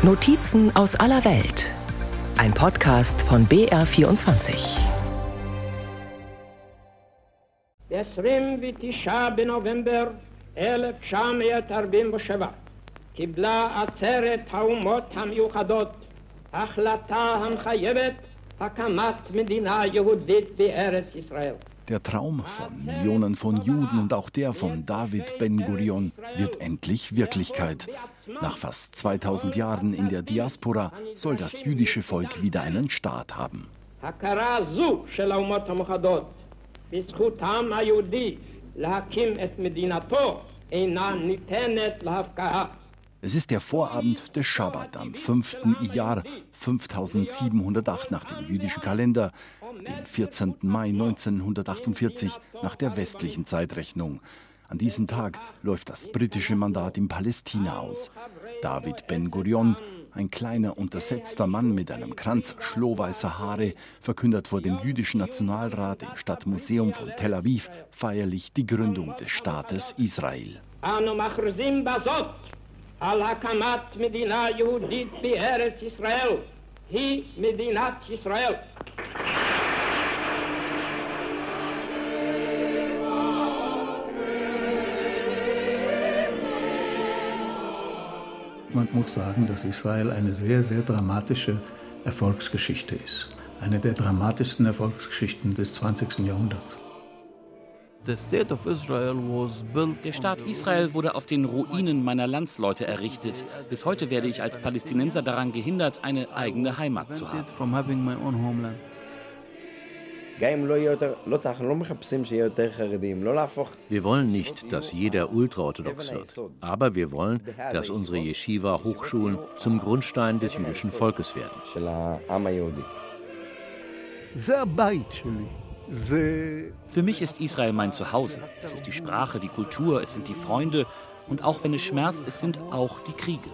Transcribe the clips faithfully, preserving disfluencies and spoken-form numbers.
Notizen aus aller Welt. Ein Podcast von B R vierundzwanzig. עשרים ותשעה בנובמבר אלף תשע מאות ארבעים ושבע קיבלה עצרת האומות המיוחדות החלטה המחייבת הקמת מדינה יהודית בארץ ישראל. Der Traum von Millionen von Juden und auch der von David Ben-Gurion wird endlich Wirklichkeit. Nach fast zweitausend Jahren in der Diaspora soll das jüdische Volk wieder einen Staat haben. הכרה זו של האומות המאוחדות בזכותם היהודי להקים את מדינתו אינה ניתנת להפקעה. Es ist der Vorabend des Schabbat am fünften Iyar fünftausendsiebenhundertacht nach dem jüdischen Kalender, dem vierzehnten Mai neunzehnhundertachtundvierzig nach der westlichen Zeitrechnung. An diesem Tag läuft das britische Mandat in Palästina aus. David Ben-Gurion, ein kleiner, untersetzter Mann mit einem Kranz schlohweißer Haare, verkündet vor dem jüdischen Nationalrat im Stadtmuseum von Tel Aviv feierlich die Gründung des Staates Israel. על הקמת מדינה יהודית בארץ ישראל, היא מדינת ישראל. Man muss sagen, dass Israel eine sehr, sehr dramatische Erfolgsgeschichte ist. Eine der dramatischsten Erfolgsgeschichten des zwanzigsten Jahrhunderts. Der Staat Israel wurde auf den Ruinen meiner Landsleute errichtet. Bis heute werde ich als Palästinenser daran gehindert, eine eigene Heimat zu haben. Wir wollen nicht, dass jeder ultraorthodox wird. Aber wir wollen, dass unsere Yeshiva-Hochschulen zum Grundstein des jüdischen Volkes werden. Für mich ist Israel mein Zuhause. Es ist die Sprache, die Kultur, es sind die Freunde. Und auch wenn es schmerzt, es sind auch die Kriege.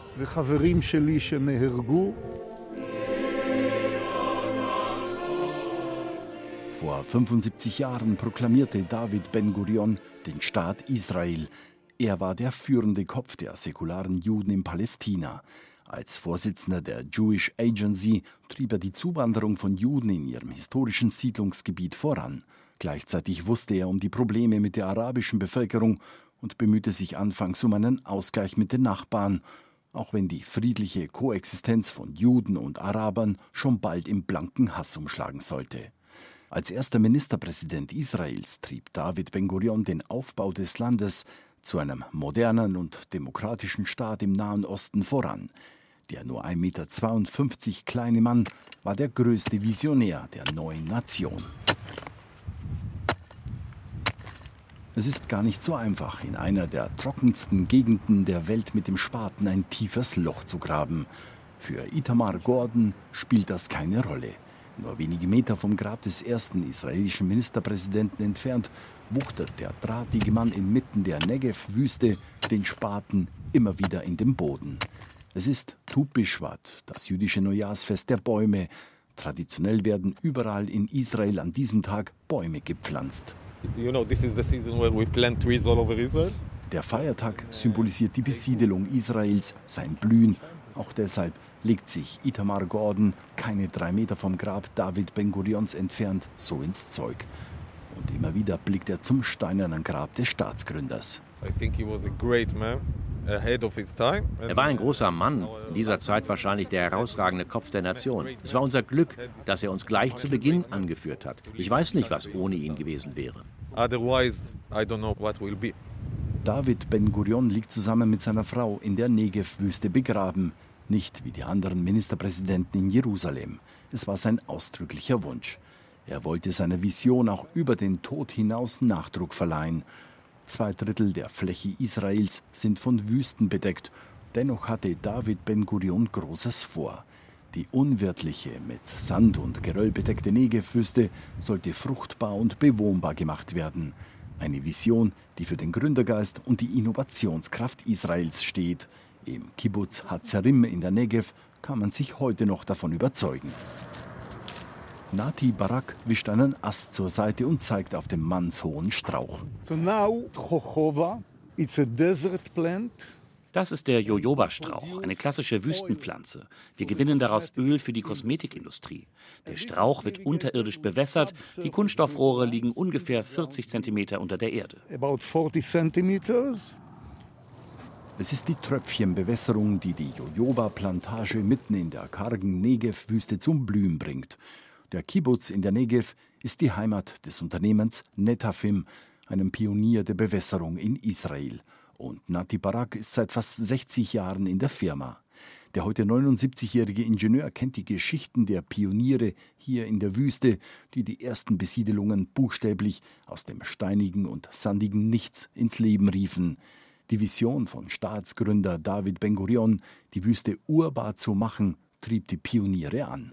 Vor fünfundsiebzig Jahren proklamierte David Ben-Gurion den Staat Israel. Er war der führende Kopf der säkularen Juden in Palästina. Als Vorsitzender der Jewish Agency trieb er die Zuwanderung von Juden in ihrem historischen Siedlungsgebiet voran. Gleichzeitig wusste er um die Probleme mit der arabischen Bevölkerung und bemühte sich anfangs um einen Ausgleich mit den Nachbarn, auch wenn die friedliche Koexistenz von Juden und Arabern schon bald im blanken Hass umschlagen sollte. Als erster Ministerpräsident Israels trieb David Ben-Gurion den Aufbau des Landes zu einem modernen und demokratischen Staat im Nahen Osten voran. Der nur ein Meter zweiundfünfzig kleine Mann war der größte Visionär der neuen Nation. Es ist gar nicht so einfach, in einer der trockensten Gegenden der Welt mit dem Spaten ein tiefes Loch zu graben. Für Itamar Gordon spielt das keine Rolle. Nur wenige Meter vom Grab des ersten israelischen Ministerpräsidenten entfernt wuchtet der drahtige Mann inmitten der Negev-Wüste den Spaten immer wieder in den Boden. Es ist Tu Bishvat, das jüdische Neujahrsfest der Bäume. Traditionell werden überall in Israel an diesem Tag Bäume gepflanzt. You know, this is the season where we plant trees all over Israel. Der Feiertag symbolisiert die Besiedelung Israels, sein Blühen. Auch deshalb legt sich Itamar Gordon, keine drei Meter vom Grab David Ben-Gurions entfernt, so ins Zeug. Und immer wieder blickt er zum steinernen Grab des Staatsgründers. I think he was a great man. Er war ein großer Mann, in dieser Zeit wahrscheinlich der herausragende Kopf der Nation. Es war unser Glück, dass er uns gleich zu Beginn angeführt hat. Ich weiß nicht, was ohne ihn gewesen wäre. David Ben-Gurion liegt zusammen mit seiner Frau in der Negev-Wüste begraben. Nicht wie die anderen Ministerpräsidenten in Jerusalem. Es war sein ausdrücklicher Wunsch. Er wollte seiner Vision auch über den Tod hinaus Nachdruck verleihen. Zwei Drittel der Fläche Israels sind von Wüsten bedeckt. Dennoch hatte David Ben-Gurion Großes vor. Die unwirtliche, mit Sand und Geröll bedeckte Negev-Wüste sollte fruchtbar und bewohnbar gemacht werden. Eine Vision, die für den Gründergeist und die Innovationskraft Israels steht. Im Kibbutz Hatzarim in der Negev kann man sich heute noch davon überzeugen. Nati Barak wischt einen Ast zur Seite und zeigt auf den mannshohen Strauch. So now Chochova, it's a desert plant Das ist der Jojoba-Strauch, eine klassische Wüstenpflanze. Wir gewinnen daraus Öl für die Kosmetikindustrie. Der Strauch wird unterirdisch bewässert. Die Kunststoffrohre liegen ungefähr vierzig Zentimeter unter der Erde. Es ist die Tröpfchenbewässerung, die die Jojoba-Plantage mitten in der kargen Negev-Wüste zum Blühen bringt. Der Kibbuz in der Negev ist die Heimat des Unternehmens Netafim, einem Pionier der Bewässerung in Israel. Und Nati Barak ist seit fast sechzig Jahren in der Firma. Der heute neunundsiebzigjährige Ingenieur kennt die Geschichten der Pioniere hier in der Wüste, die die ersten Besiedelungen buchstäblich aus dem steinigen und sandigen Nichts ins Leben riefen. Die Vision von Staatsgründer David Ben-Gurion, die Wüste urbar zu machen, trieb die Pioniere an.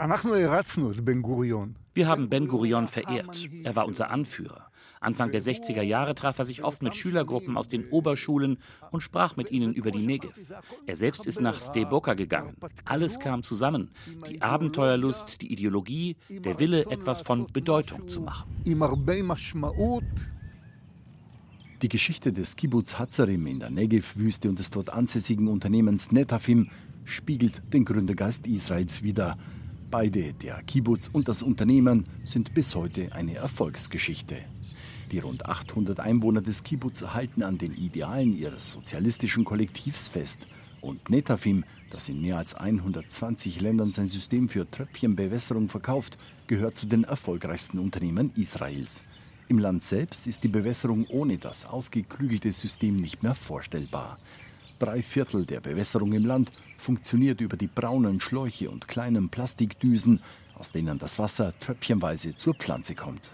Wir haben Ben-Gurion verehrt. Er war unser Anführer. Anfang der sechziger Jahre traf er sich oft mit Schülergruppen aus den Oberschulen und sprach mit ihnen über die Negev. Er selbst ist nach Sde Boka gegangen. Alles kam zusammen. Die Abenteuerlust, die Ideologie, der Wille, etwas von Bedeutung zu machen. Die Geschichte des Kibbuz Hatzarim in der Negev-Wüste und des dort ansässigen Unternehmens Netafim spiegelt den Gründergeist Israels wider. Beide, der Kibbuz und das Unternehmen, sind bis heute eine Erfolgsgeschichte. Die rund achthundert Einwohner des Kibbuz halten an den Idealen ihres sozialistischen Kollektivs fest. Und Netafim, das in mehr als hundertzwanzig Ländern sein System für Tröpfchenbewässerung verkauft, gehört zu den erfolgreichsten Unternehmen Israels. Im Land selbst ist die Bewässerung ohne das ausgeklügelte System nicht mehr vorstellbar. Drei Viertel der Bewässerung im Land funktioniert über die braunen Schläuche und kleinen Plastikdüsen, aus denen das Wasser tröpfchenweise zur Pflanze kommt.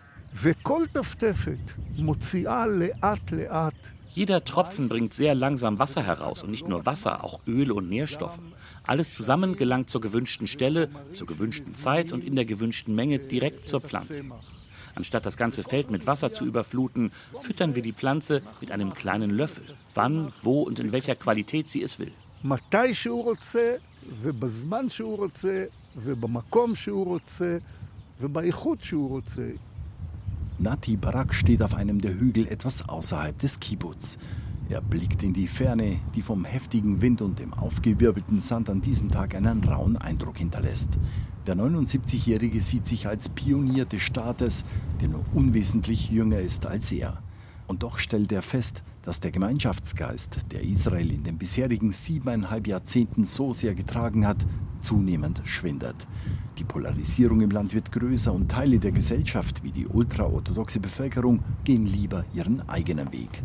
Jeder Tropfen bringt sehr langsam Wasser heraus und nicht nur Wasser, auch Öl und Nährstoffe. Alles zusammen gelangt zur gewünschten Stelle, zur gewünschten Zeit und in der gewünschten Menge direkt zur Pflanze. Anstatt das ganze Feld mit Wasser zu überfluten, füttern wir die Pflanze mit einem kleinen Löffel. Wann, wo und in welcher Qualität sie es will. Nati Barak steht auf einem der Hügel etwas außerhalb des Kibbuz. Er blickt in die Ferne, die vom heftigen Wind und dem aufgewirbelten Sand an diesem Tag einen rauen Eindruck hinterlässt. Der neunundsiebzigjährige sieht sich als Pionier des Staates, der nur unwesentlich jünger ist als er. Und doch stellt er fest, dass der Gemeinschaftsgeist, der Israel in den bisherigen siebeneinhalb Jahrzehnten so sehr getragen hat, zunehmend schwindet. Die Polarisierung im Land wird größer und Teile der Gesellschaft, wie die ultraorthodoxe Bevölkerung, gehen lieber ihren eigenen Weg.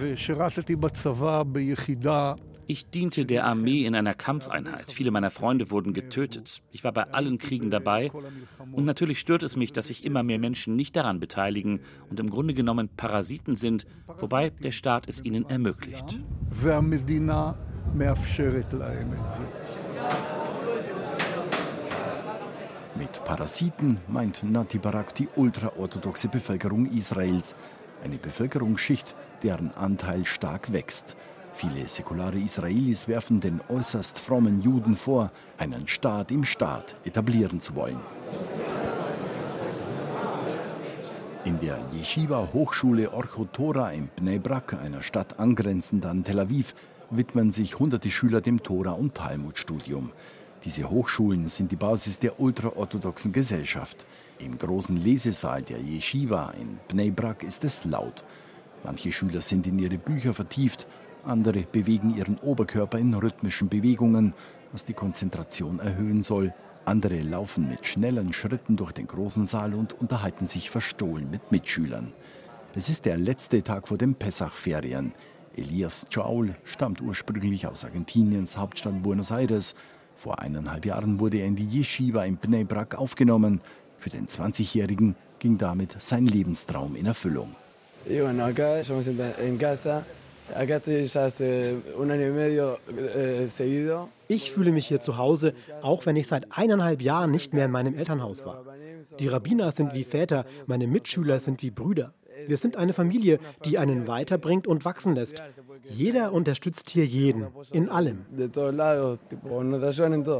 Ich diente der Armee in einer Kampfeinheit. Viele meiner Freunde wurden getötet. Ich war bei allen Kriegen dabei. Und natürlich stört es mich, dass sich immer mehr Menschen nicht daran beteiligen und im Grunde genommen Parasiten sind, wobei der Staat es ihnen ermöglicht. Mit Parasiten meint Nati Barak die ultraorthodoxe Bevölkerung Israels. Eine Bevölkerungsschicht, deren Anteil stark wächst. Viele säkulare Israelis werfen den äußerst frommen Juden vor, einen Staat im Staat etablieren zu wollen. In der Yeshiva-Hochschule Orchot Torah in Bnei Brak, einer Stadt angrenzend an Tel Aviv, widmen sich hunderte Schüler dem Tora- und Talmud-Studium. Diese Hochschulen sind die Basis der ultraorthodoxen Gesellschaft. Im großen Lesesaal der Yeshiva in Bnei Brak ist es laut. Manche Schüler sind in ihre Bücher vertieft, andere bewegen ihren Oberkörper in rhythmischen Bewegungen, was die Konzentration erhöhen soll. Andere laufen mit schnellen Schritten durch den großen Saal und unterhalten sich verstohlen mit Mitschülern. Es ist der letzte Tag vor den Pessach-Ferien. Elias Chaul stammt ursprünglich aus Argentiniens Hauptstadt Buenos Aires. Vor eineinhalb Jahren wurde er in die Yeshiva in Bnei Brak aufgenommen. Für den zwanzigjährigen ging damit sein Lebenstraum in Erfüllung. Ich fühle mich hier zu Hause, auch wenn ich seit eineinhalb Jahren nicht mehr in meinem Elternhaus war. Die Rabbiner sind wie Väter, meine Mitschüler sind wie Brüder. Wir sind eine Familie, die einen weiterbringt und wachsen lässt. Jeder unterstützt hier jeden, in allem.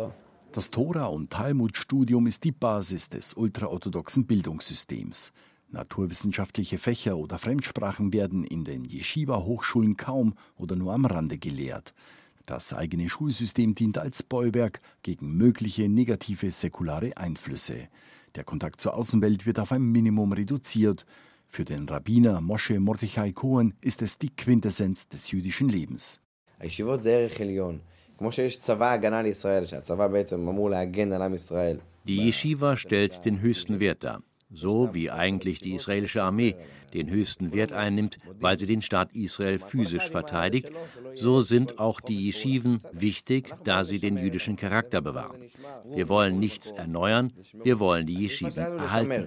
Das Tora- und Talmud-Studium ist die Basis des ultraorthodoxen Bildungssystems. Naturwissenschaftliche Fächer oder Fremdsprachen werden in den Jeschiwa-Hochschulen kaum oder nur am Rande gelehrt. Das eigene Schulsystem dient als Bollwerk gegen mögliche negative säkulare Einflüsse. Der Kontakt zur Außenwelt wird auf ein Minimum reduziert. Für den Rabbiner Moshe Mordechai Cohen ist es die Quintessenz des jüdischen Lebens. Die Jeschiwa stellt den höchsten Wert dar. So wie eigentlich die israelische Armee den höchsten Wert einnimmt, weil sie den Staat Israel physisch verteidigt, so sind auch die Jeschiven wichtig, da sie den jüdischen Charakter bewahren. Wir wollen nichts erneuern, wir wollen die Jeschiven erhalten.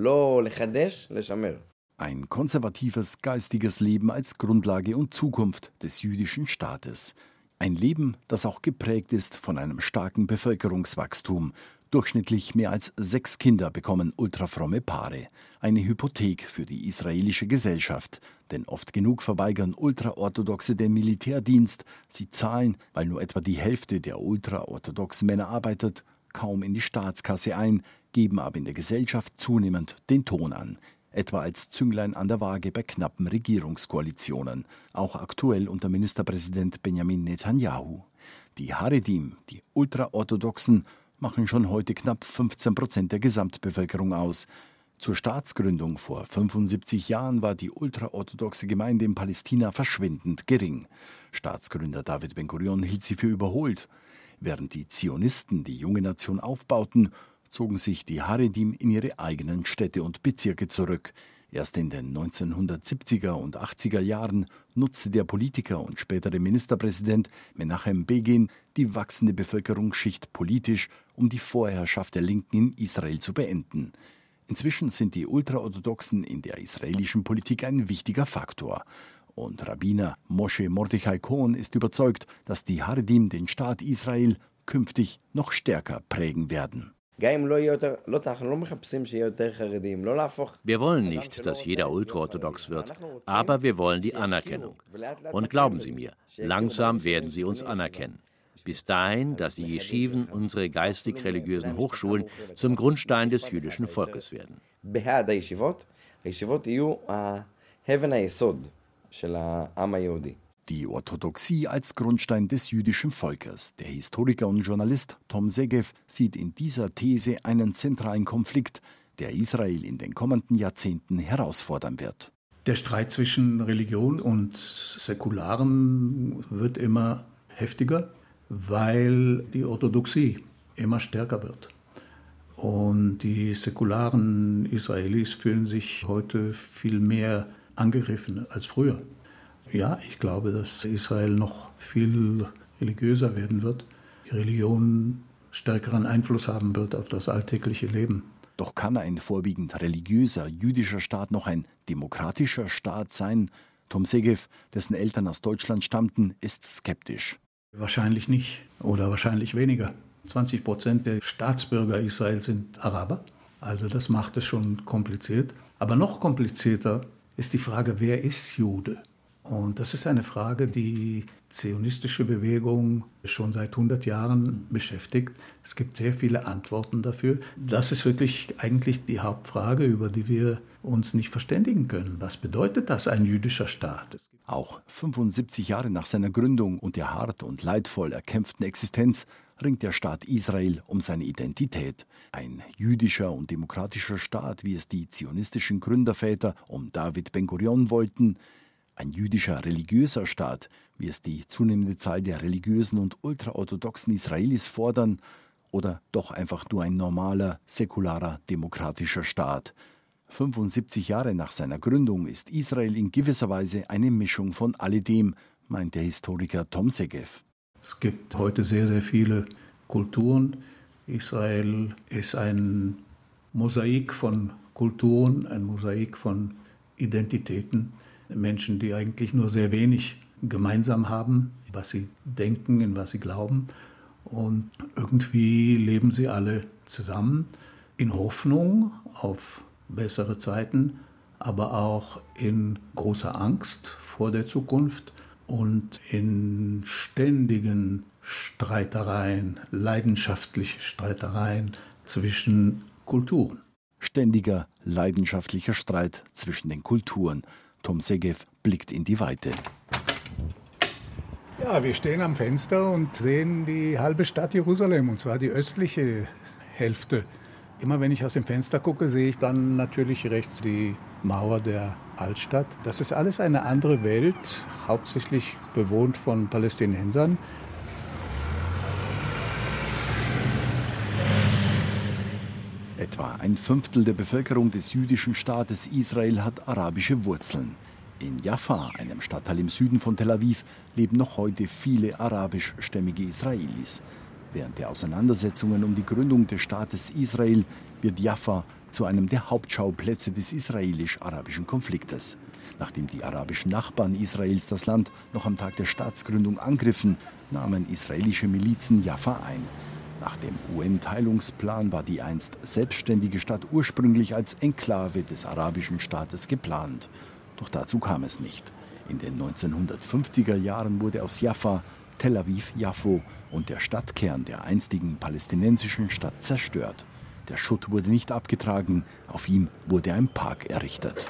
Ein konservatives, geistiges Leben als Grundlage und Zukunft des jüdischen Staates. Ein Leben, das auch geprägt ist von einem starken Bevölkerungswachstum. Durchschnittlich mehr als sechs Kinder bekommen ultrafromme Paare. Eine Hypothek für die israelische Gesellschaft. Denn oft genug verweigern Ultraorthodoxe den Militärdienst. Sie zahlen, weil nur etwa die Hälfte der ultraorthodoxen Männer arbeitet, kaum in die Staatskasse ein, geben aber in der Gesellschaft zunehmend den Ton an. Etwa als Zünglein an der Waage bei knappen Regierungskoalitionen. Auch aktuell unter Ministerpräsident Benjamin Netanyahu. Die Haredim, die Ultraorthodoxen, machen schon heute knapp fünfzehn Prozent der Gesamtbevölkerung aus. Zur Staatsgründung vor fünfundsiebzig Jahren war die ultraorthodoxe Gemeinde in Palästina verschwindend gering. Staatsgründer David Ben-Gurion hielt sie für überholt. Während die Zionisten die junge Nation aufbauten, zogen sich die Haredim in ihre eigenen Städte und Bezirke zurück. Erst in den neunzehnhundertsiebziger und achtziger Jahren nutzte der Politiker und spätere Ministerpräsident Menachem Begin die wachsende Bevölkerungsschicht politisch, um die Vorherrschaft der Linken in Israel zu beenden. Inzwischen sind die Ultraorthodoxen in der israelischen Politik ein wichtiger Faktor. Und Rabbiner Moshe Mordechai Cohen ist überzeugt, dass die Haredim den Staat Israel künftig noch stärker prägen werden. Wir wollen nicht, dass jeder ultraorthodox wird, aber wir wollen die Anerkennung. Und glauben Sie mir, langsam werden sie uns anerkennen. Bis dahin, dass die Jeschiven, unsere geistig-religiösen Hochschulen, zum Grundstein des jüdischen Volkes werden. Die Orthodoxie als Grundstein des jüdischen Volkes. Der Historiker und Journalist Tom Segev sieht in dieser These einen zentralen Konflikt, der Israel in den kommenden Jahrzehnten herausfordern wird. Der Streit zwischen Religion und Säkularem wird immer heftiger, weil die Orthodoxie immer stärker wird. Und die säkularen Israelis fühlen sich heute viel mehr angegriffen als früher. Ja, ich glaube, dass Israel noch viel religiöser werden wird, die Religion stärkeren Einfluss haben wird auf das alltägliche Leben. Doch kann ein vorwiegend religiöser jüdischer Staat noch ein demokratischer Staat sein? Tom Segev, dessen Eltern aus Deutschland stammten, ist skeptisch. Wahrscheinlich nicht oder wahrscheinlich weniger. zwanzig Prozent der Staatsbürger Israels sind Araber. Also das macht es schon kompliziert. Aber noch komplizierter ist die Frage, wer ist Jude? Und das ist eine Frage, die zionistische Bewegung schon seit hundert Jahren beschäftigt. Es gibt sehr viele Antworten dafür. Das ist wirklich eigentlich die Hauptfrage, über die wir uns nicht verständigen können. Was bedeutet das, ein jüdischer Staat? Auch fünfundsiebzig Jahre nach seiner Gründung und der hart und leidvoll erkämpften Existenz ringt der Staat Israel um seine Identität. Ein jüdischer und demokratischer Staat, wie es die zionistischen Gründerväter um David Ben-Gurion wollten. Ein jüdischer religiöser Staat, wie es die zunehmende Zahl der religiösen und ultraorthodoxen Israelis fordern, oder doch einfach nur ein normaler, säkularer, demokratischer Staat. fünfundsiebzig Jahre nach seiner Gründung ist Israel in gewisser Weise eine Mischung von alledem, meint der Historiker Tom Segev. Es gibt heute sehr, sehr viele Kulturen. Israel ist ein Mosaik von Kulturen, ein Mosaik von Identitäten. Menschen, die eigentlich nur sehr wenig gemeinsam haben, was sie denken, in was sie glauben. Und irgendwie leben sie alle zusammen in Hoffnung auf bessere Zeiten, aber auch in großer Angst vor der Zukunft und in ständigen Streitereien, leidenschaftliche Streitereien zwischen Kulturen. Ständiger, leidenschaftlicher Streit zwischen den Kulturen. Tom Segev blickt in die Weite. Ja, wir stehen am Fenster und sehen die halbe Stadt Jerusalem, und zwar die östliche Hälfte. Immer wenn ich aus dem Fenster gucke, sehe ich dann natürlich rechts die Mauer der Altstadt. Das ist alles eine andere Welt, hauptsächlich bewohnt von Palästinensern. Etwa ein Fünftel der Bevölkerung des jüdischen Staates Israel hat arabische Wurzeln. In Jaffa, einem Stadtteil im Süden von Tel Aviv, leben noch heute viele arabischstämmige Israelis. Während der Auseinandersetzungen um die Gründung des Staates Israel wird Jaffa zu einem der Hauptschauplätze des israelisch-arabischen Konfliktes. Nachdem die arabischen Nachbarn Israels das Land noch am Tag der Staatsgründung angriffen, nahmen israelische Milizen Jaffa ein. Nach dem U N-Teilungsplan war die einst selbstständige Stadt ursprünglich als Enklave des arabischen Staates geplant. Doch dazu kam es nicht. In den neunzehnhundertfünfziger Jahren wurde aus Jaffa Tel Aviv-Jaffo und der Stadtkern der einstigen palästinensischen Stadt zerstört. Der Schutt wurde nicht abgetragen, auf ihm wurde ein Park errichtet.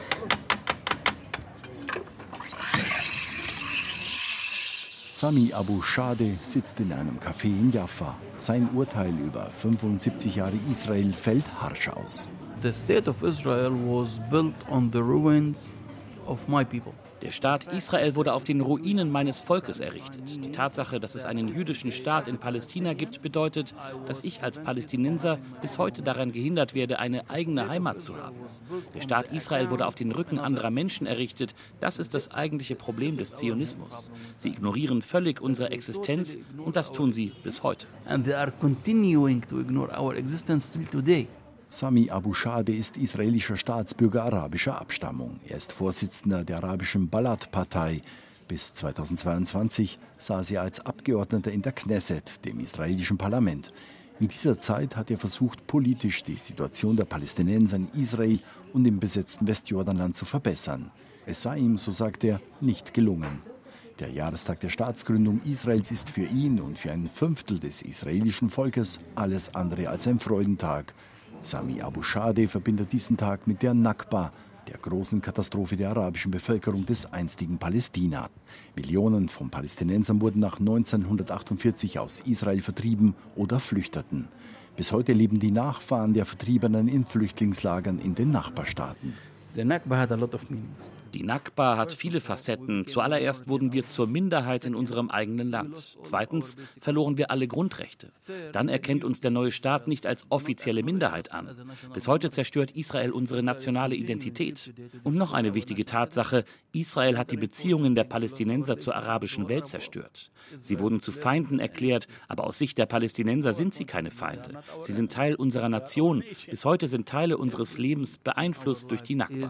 Sami Abu Shadeh sitzt in einem Café in Jaffa. Sein Urteil über fünfundsiebzig Jahre Israel fällt harsch aus. The state of Israel was built on the ruins of my people. Der Staat Israel wurde auf den Ruinen meines Volkes errichtet. Die Tatsache, dass es einen jüdischen Staat in Palästina gibt, bedeutet, dass ich als Palästinenser bis heute daran gehindert werde, eine eigene Heimat zu haben. Der Staat Israel wurde auf den Rücken anderer Menschen errichtet. Das ist das eigentliche Problem des Zionismus. Sie ignorieren völlig unsere Existenz und das tun sie bis heute. And they are continuing to ignore our existence till today. Sami Abu Shadeh ist israelischer Staatsbürger arabischer Abstammung. Er ist Vorsitzender der arabischen Balad-Partei. Bis zweitausendzweiundzwanzig saß er als Abgeordneter in der Knesset, dem israelischen Parlament. In dieser Zeit hat er versucht, politisch die Situation der Palästinenser in Israel und im besetzten Westjordanland zu verbessern. Es sei ihm, so sagt er, nicht gelungen. Der Jahrestag der Staatsgründung Israels ist für ihn und für ein Fünftel des israelischen Volkes alles andere als ein Freudentag. Sami Abu Shadeh verbindet diesen Tag mit der Nakba, der großen Katastrophe der arabischen Bevölkerung des einstigen Palästina. Millionen von Palästinensern wurden nach neunzehnhundertachtundvierzig aus Israel vertrieben oder flüchteten. Bis heute leben die Nachfahren der Vertriebenen in Flüchtlingslagern in den Nachbarstaaten. The Nakba had a lot of meanings. Die Nakba hat viele Facetten. Zuallererst wurden wir zur Minderheit in unserem eigenen Land. Zweitens verloren wir alle Grundrechte. Dann erkennt uns der neue Staat nicht als offizielle Minderheit an. Bis heute zerstört Israel unsere nationale Identität. Und noch eine wichtige Tatsache: Israel hat die Beziehungen der Palästinenser zur arabischen Welt zerstört. Sie wurden zu Feinden erklärt, aber aus Sicht der Palästinenser sind sie keine Feinde. Sie sind Teil unserer Nation. Bis heute sind Teile unseres Lebens beeinflusst durch die Nakba.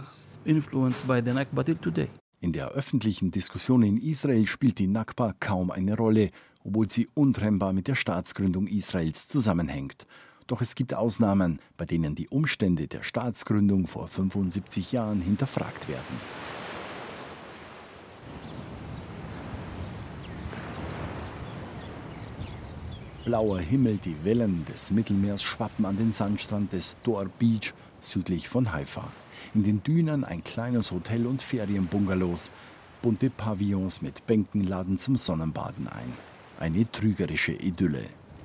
In der öffentlichen Diskussion in Israel spielt die Nakba kaum eine Rolle, obwohl sie untrennbar mit der Staatsgründung Israels zusammenhängt. Doch es gibt Ausnahmen, bei denen die Umstände der Staatsgründung vor fünfundsiebzig Jahren hinterfragt werden. Blauer Himmel, die Wellen des Mittelmeers schwappen an den Sandstrand des Dor Beach südlich von Haifa. In den Dünen ein kleines Hotel und Ferienbungalows. Bunte Pavillons mit Bänken laden zum Sonnenbaden ein. Eine trügerische Idylle.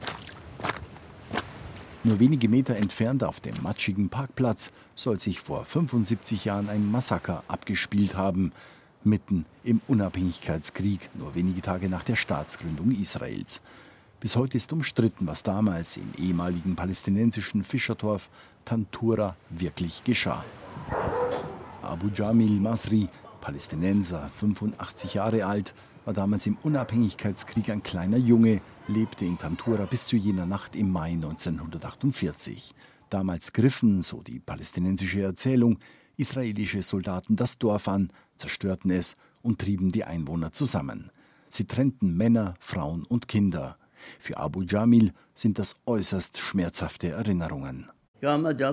Nur wenige Meter entfernt auf dem matschigen Parkplatz soll sich vor fünfundsiebzig Jahren ein Massaker abgespielt haben. Mitten im Unabhängigkeitskrieg, nur wenige Tage nach der Staatsgründung Israels. Bis heute ist umstritten, was damals im ehemaligen palästinensischen Fischerdorf Tantura wirklich geschah. Abu Jamil Masri, Palästinenser, fünfundachtzig Jahre alt, war damals im Unabhängigkeitskrieg ein kleiner Junge, lebte in Tantura bis zu jener Nacht im Mai neunzehnhundertachtundvierzig. Damals griffen, so die palästinensische Erzählung, israelische Soldaten das Dorf an, zerstörten es und trieben die Einwohner zusammen. Sie trennten Männer, Frauen und Kinder. Für Abu Jamil sind das äußerst schmerzhafte Erinnerungen. Sie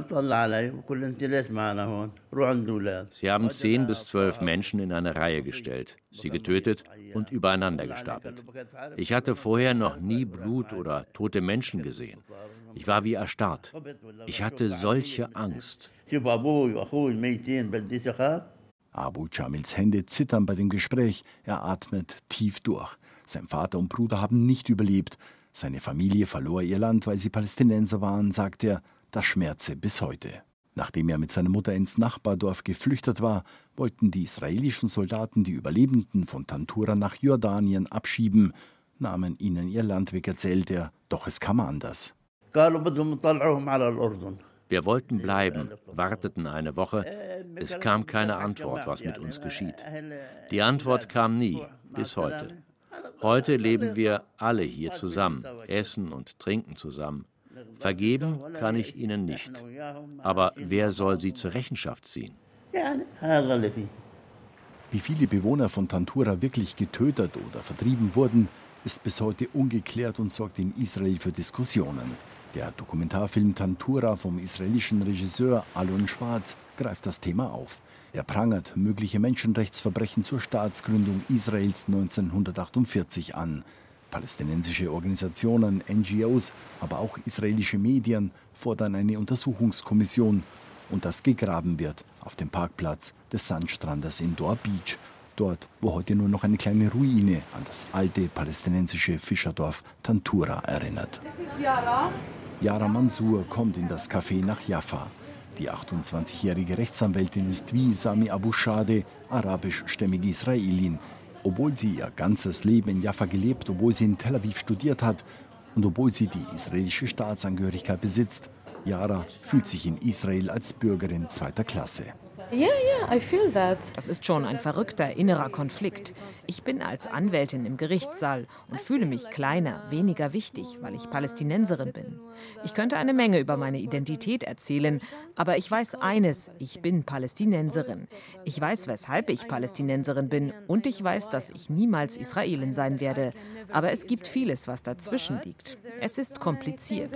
haben zehn bis zwölf Menschen in eine Reihe gestellt, sie getötet und übereinander gestapelt. Ich hatte vorher noch nie Blut oder tote Menschen gesehen. Ich war wie erstarrt. Ich hatte solche Angst. Abu Jamils Hände zittern bei dem Gespräch. Er atmet tief durch. Sein Vater und Bruder haben nicht überlebt. Seine Familie verlor ihr Land, weil sie Palästinenser waren, sagt er. Das schmerze bis heute. Nachdem er mit seiner Mutter ins Nachbardorf geflüchtet war, wollten die israelischen Soldaten die Überlebenden von Tantura nach Jordanien abschieben, nahmen ihnen ihr Land weg, erzählt er. Doch es kam anders. Wir wollten bleiben, warteten eine Woche. Es kam keine Antwort, was mit uns geschieht. Die Antwort kam nie, bis heute. Heute leben wir alle hier zusammen, essen und trinken zusammen. Vergeben kann ich ihnen nicht. Aber wer soll sie zur Rechenschaft ziehen? Wie viele Bewohner von Tantura wirklich getötet oder vertrieben wurden, ist bis heute ungeklärt und sorgt in Israel für Diskussionen. Der Dokumentarfilm Tantura vom israelischen Regisseur Alon Schwarz greift das Thema auf. Er prangert mögliche Menschenrechtsverbrechen zur Staatsgründung Israels neunzehnhundertachtundvierzig an. Palästinensische Organisationen, N G Os, aber auch israelische Medien fordern eine Untersuchungskommission und dass gegraben wird auf dem Parkplatz des Sandstrandes in Dor Beach, dort, wo heute nur noch eine kleine Ruine an das alte palästinensische Fischerdorf Tantura erinnert. Yara Mansour kommt in das Café nach Jaffa. Die achtundzwanzigjährige Rechtsanwältin ist wie Sami Abu Shadeh arabischstämmige Israelin. Obwohl sie ihr ganzes Leben in Jaffa gelebt, obwohl sie in Tel Aviv studiert hat und obwohl sie die israelische Staatsangehörigkeit besitzt, Yara fühlt sich in Israel als Bürgerin zweiter Klasse. Yeah, yeah, I feel that. Das ist schon ein verrückter innerer Konflikt. Ich bin als Anwältin im Gerichtssaal und fühle mich kleiner, weniger wichtig, weil ich Palästinenserin bin. Ich könnte eine Menge über meine Identität erzählen, aber ich weiß eines, ich bin Palästinenserin. Ich weiß, weshalb ich Palästinenserin bin und ich weiß, dass ich niemals Israelin sein werde. Aber es gibt vieles, was dazwischen liegt. Es ist kompliziert.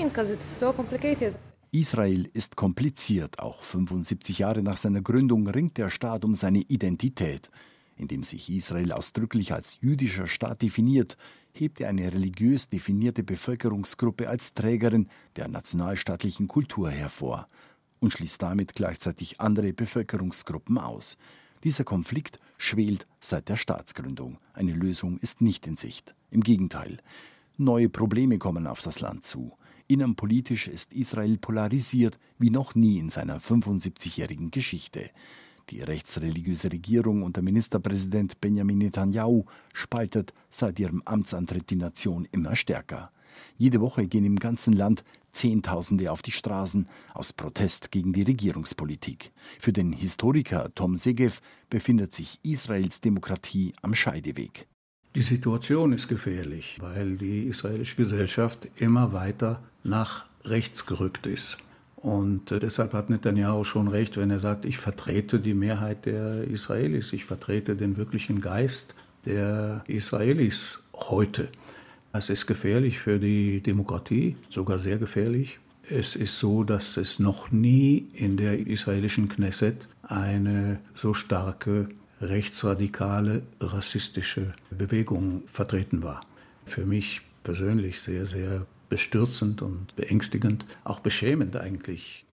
Israel ist kompliziert. Auch fünfundsiebzig Jahre nach seiner Gründung ringt der Staat um seine Identität. Indem sich Israel ausdrücklich als jüdischer Staat definiert, hebt er eine religiös definierte Bevölkerungsgruppe als Trägerin der nationalstaatlichen Kultur hervor und schließt damit gleichzeitig andere Bevölkerungsgruppen aus. Dieser Konflikt schwelt seit der Staatsgründung. Eine Lösung ist nicht in Sicht. Im Gegenteil. Neue Probleme kommen auf das Land zu. Innenpolitisch ist Israel polarisiert wie noch nie in seiner fünfundsiebzigjährigen Geschichte. Die rechtsreligiöse Regierung unter Ministerpräsident Benjamin Netanyahu spaltet seit ihrem Amtsantritt die Nation immer stärker. Jede Woche gehen im ganzen Land Zehntausende auf die Straßen aus Protest gegen die Regierungspolitik. Für den Historiker Tom Segev befindet sich Israels Demokratie am Scheideweg. Die Situation ist gefährlich, weil die israelische Gesellschaft immer weiter nach rechts gerückt ist. Und äh, deshalb hat Netanyahu schon recht, wenn er sagt, ich vertrete die Mehrheit der Israelis, ich vertrete den wirklichen Geist der Israelis heute. Es ist gefährlich für die Demokratie, sogar sehr gefährlich. Es ist so, dass es noch nie in der israelischen Knesset eine so starke rechtsradikale, rassistische Bewegung vertreten war. Für mich persönlich sehr, sehr bestürzend und beängstigend, auch beschämend eigentlich.